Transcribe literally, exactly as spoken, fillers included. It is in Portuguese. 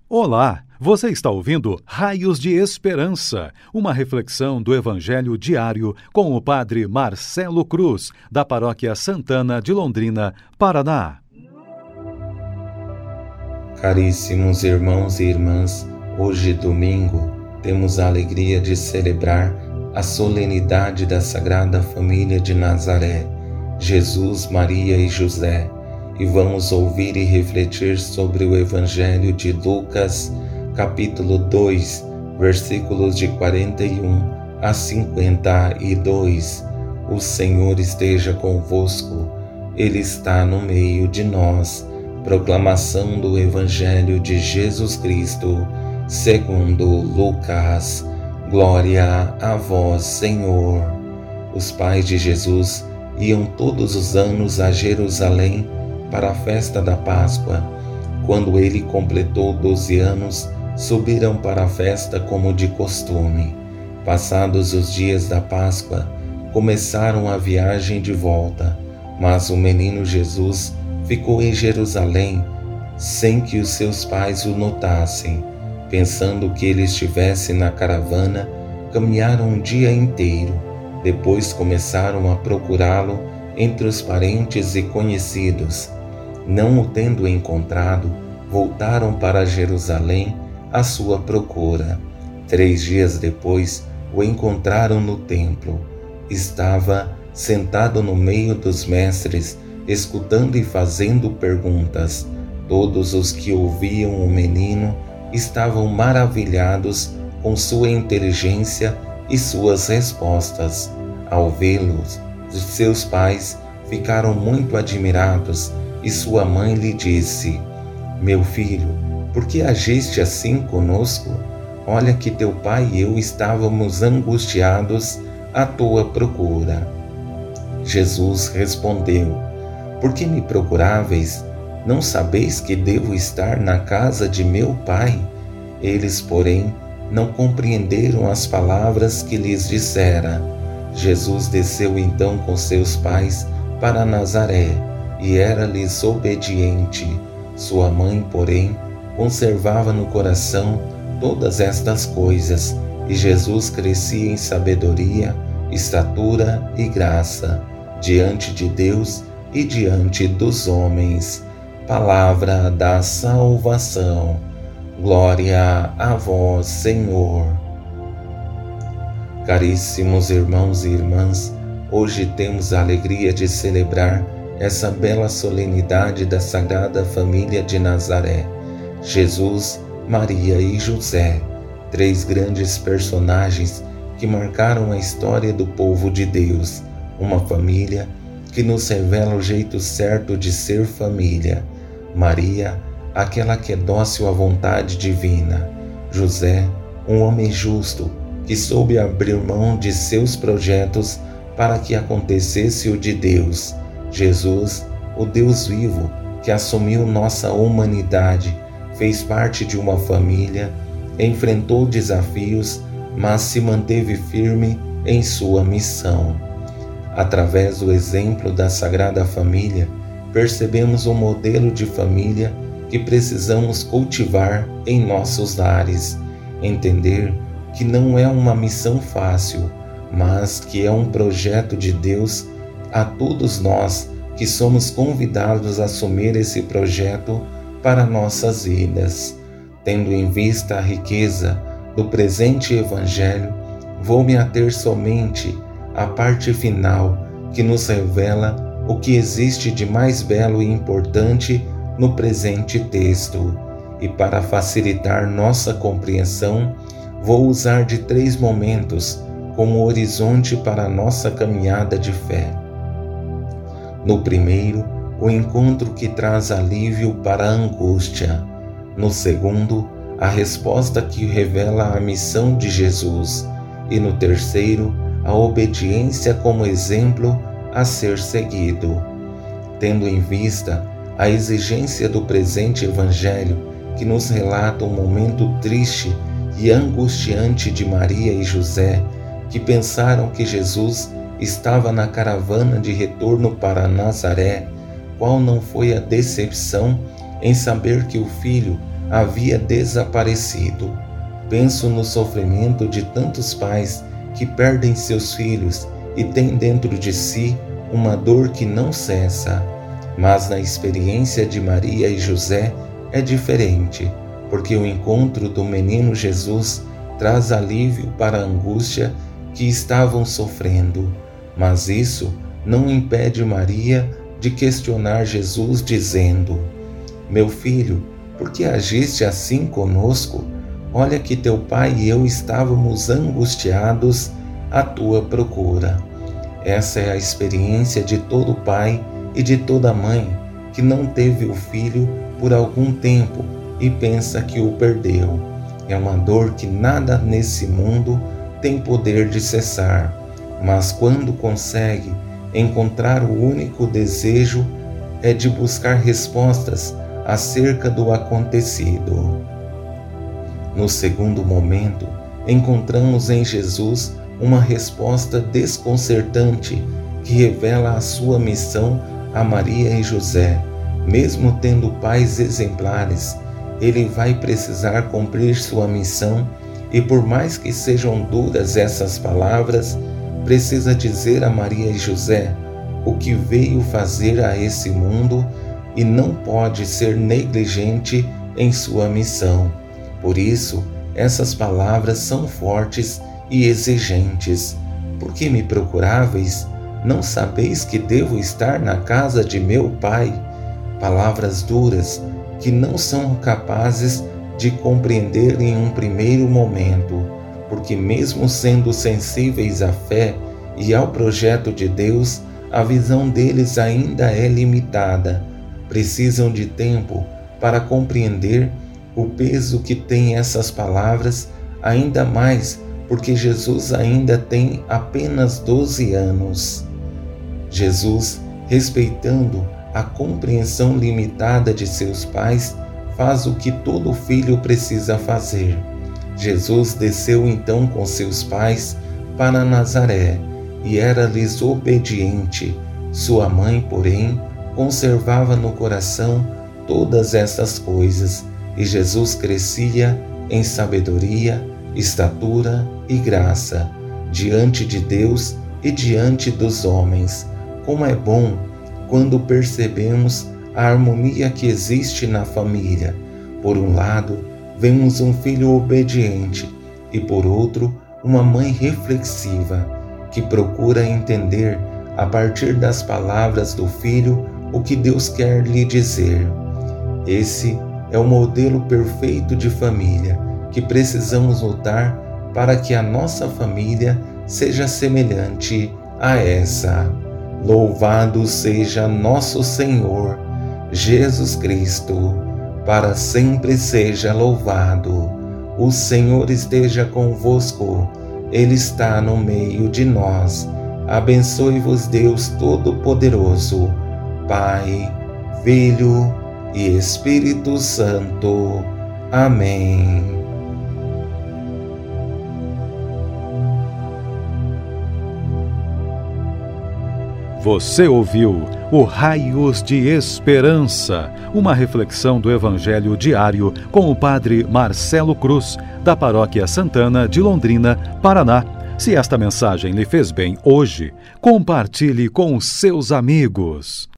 Olá, você está ouvindo Raios de Esperança, uma reflexão do Evangelho diário com o Padre Marcelo Cruz, da Paróquia Santana de Londrina, Paraná. Caríssimos irmãos e irmãs, hoje domingo temos a alegria de celebrar a solenidade da Sagrada Família de Nazaré, Jesus, Maria e José, e vamos ouvir e refletir sobre o Evangelho de Lucas, capítulo dois, versículos de quarenta e um a cinquenta e dois. O Senhor esteja convosco, Ele está no meio de nós. Proclamação do Evangelho de Jesus Cristo, segundo Lucas. Glória a vós, Senhor. Os pais de Jesus iam todos os anos a Jerusalém para a festa da Páscoa. Quando ele completou doze anos, subiram para a festa como de costume. Passados os dias da Páscoa, começaram a viagem de volta, mas o menino Jesus ficou em Jerusalém sem que os seus pais o notassem. Pensando que ele estivesse na caravana, caminharam um dia inteiro. Depois começaram a procurá-lo entre os parentes e conhecidos. Não o tendo encontrado, voltaram para Jerusalém à sua procura. Três dias depois, o encontraram no templo. Estava sentado no meio dos mestres, escutando e fazendo perguntas. Todos os que ouviam o menino estavam maravilhados com sua inteligência e suas respostas. Ao vê-los, seus pais ficaram muito admirados e sua mãe lhe disse: Meu filho, por que agiste assim conosco? Olha que teu pai e eu estávamos angustiados à tua procura. Jesus respondeu: Por que me procuráveis? Não sabeis que devo estar na casa de meu pai? Eles, porém, não compreenderam as palavras que lhes dissera. Jesus desceu então com seus pais para Nazaré e era-lhes obediente. Sua mãe, porém, conservava no coração todas estas coisas, e Jesus crescia em sabedoria, estatura e graça, diante de Deus e diante dos homens. Palavra da salvação. Glória a vós, Senhor. Caríssimos irmãos e irmãs, hoje temos a alegria de celebrar essa bela solenidade da Sagrada Família de Nazaré. Jesus, Maria e José, três grandes personagens que marcaram a história do povo de Deus, uma família que nos revela o jeito certo de ser família. Maria, aquela que é dócil à vontade divina. José, um homem justo, que soube abrir mão de seus projetos para que acontecesse o de Deus. Jesus, o Deus vivo, que assumiu nossa humanidade, fez parte de uma família, enfrentou desafios, mas se manteve firme em sua missão. Através do exemplo da Sagrada Família, percebemos um modelo de família que precisamos cultivar em nossos lares. Entender que não é uma missão fácil, mas que é um projeto de Deus a todos nós que somos convidados a assumir esse projeto para nossas vidas. Tendo em vista a riqueza do presente Evangelho, vou me ater somente à parte final que nos revela o que existe de mais belo e importante no presente texto. E para facilitar nossa compreensão, vou usar de três momentos como horizonte para a nossa caminhada de fé. No primeiro, o encontro que traz alívio para a angústia. No segundo, a resposta que revela a missão de Jesus. E no terceiro, a obediência como exemplo a ser seguido. Tendo em vista a exigência do presente Evangelho, que nos relata um momento triste e angustiante de Maria e José, que pensaram que Jesus estava na caravana de retorno para Nazaré, qual não foi a decepção em saber que o filho havia desaparecido. Penso no sofrimento de tantos pais que perdem seus filhos e têm dentro de si uma dor que não cessa. Mas na experiência de Maria e José é diferente, porque o encontro do menino Jesus traz alívio para a angústia que estavam sofrendo. Mas isso não impede Maria de questionar Jesus, dizendo: meu filho, por que agiste assim conosco? Olha que teu pai e eu estávamos angustiados à tua procura. Essa é a experiência de todo pai e de toda mãe que não teve o filho por algum tempo e pensa que o perdeu. É uma dor que nada nesse mundo tem poder de cessar, mas quando consegue encontrar o único desejo é de buscar respostas acerca do acontecido. No segundo momento, encontramos em Jesus uma resposta desconcertante que revela a sua missão a Maria e José. Mesmo tendo pais exemplares, ele vai precisar cumprir sua missão e, por mais que sejam duras essas palavras, precisa dizer a Maria e José o que veio fazer a esse mundo e não pode ser negligente em sua missão. Por isso, essas palavras são fortes e exigentes. Por que me procuráveis? Não sabeis que devo estar na casa de meu Pai? Palavras duras que não são capazes de compreender em um primeiro momento, porque mesmo sendo sensíveis à fé e ao projeto de Deus, a visão deles ainda é limitada. Precisam de tempo para compreender o peso que tem essas palavras, ainda mais porque Jesus ainda tem apenas doze anos. Jesus, respeitando a compreensão limitada de seus pais, faz o que todo filho precisa fazer. Jesus desceu então com seus pais para Nazaré e era-lhes obediente. Sua mãe, porém, conservava no coração todas estas coisas, e Jesus crescia em sabedoria, estatura e graça, diante de Deus e diante dos homens. Como é bom quando percebemos a harmonia que existe na família. Por um lado, vemos um filho obediente e, por outro, uma mãe reflexiva, que procura entender, a partir das palavras do filho, o que Deus quer lhe dizer. Esse é o modelo perfeito de família que precisamos lutar para que a nossa família seja semelhante a essa. Louvado seja nosso Senhor Jesus Cristo, para sempre seja louvado. O Senhor esteja convosco, Ele está no meio de nós. Abençoe-vos Deus Todo-Poderoso, Pai, Filho e Espírito Santo. Amém. Você ouviu o Raios de Esperança, uma reflexão do Evangelho diário com o Padre Marcelo Cruz, da Paróquia Santana de Londrina, Paraná. Se esta mensagem lhe fez bem hoje, compartilhe com seus amigos.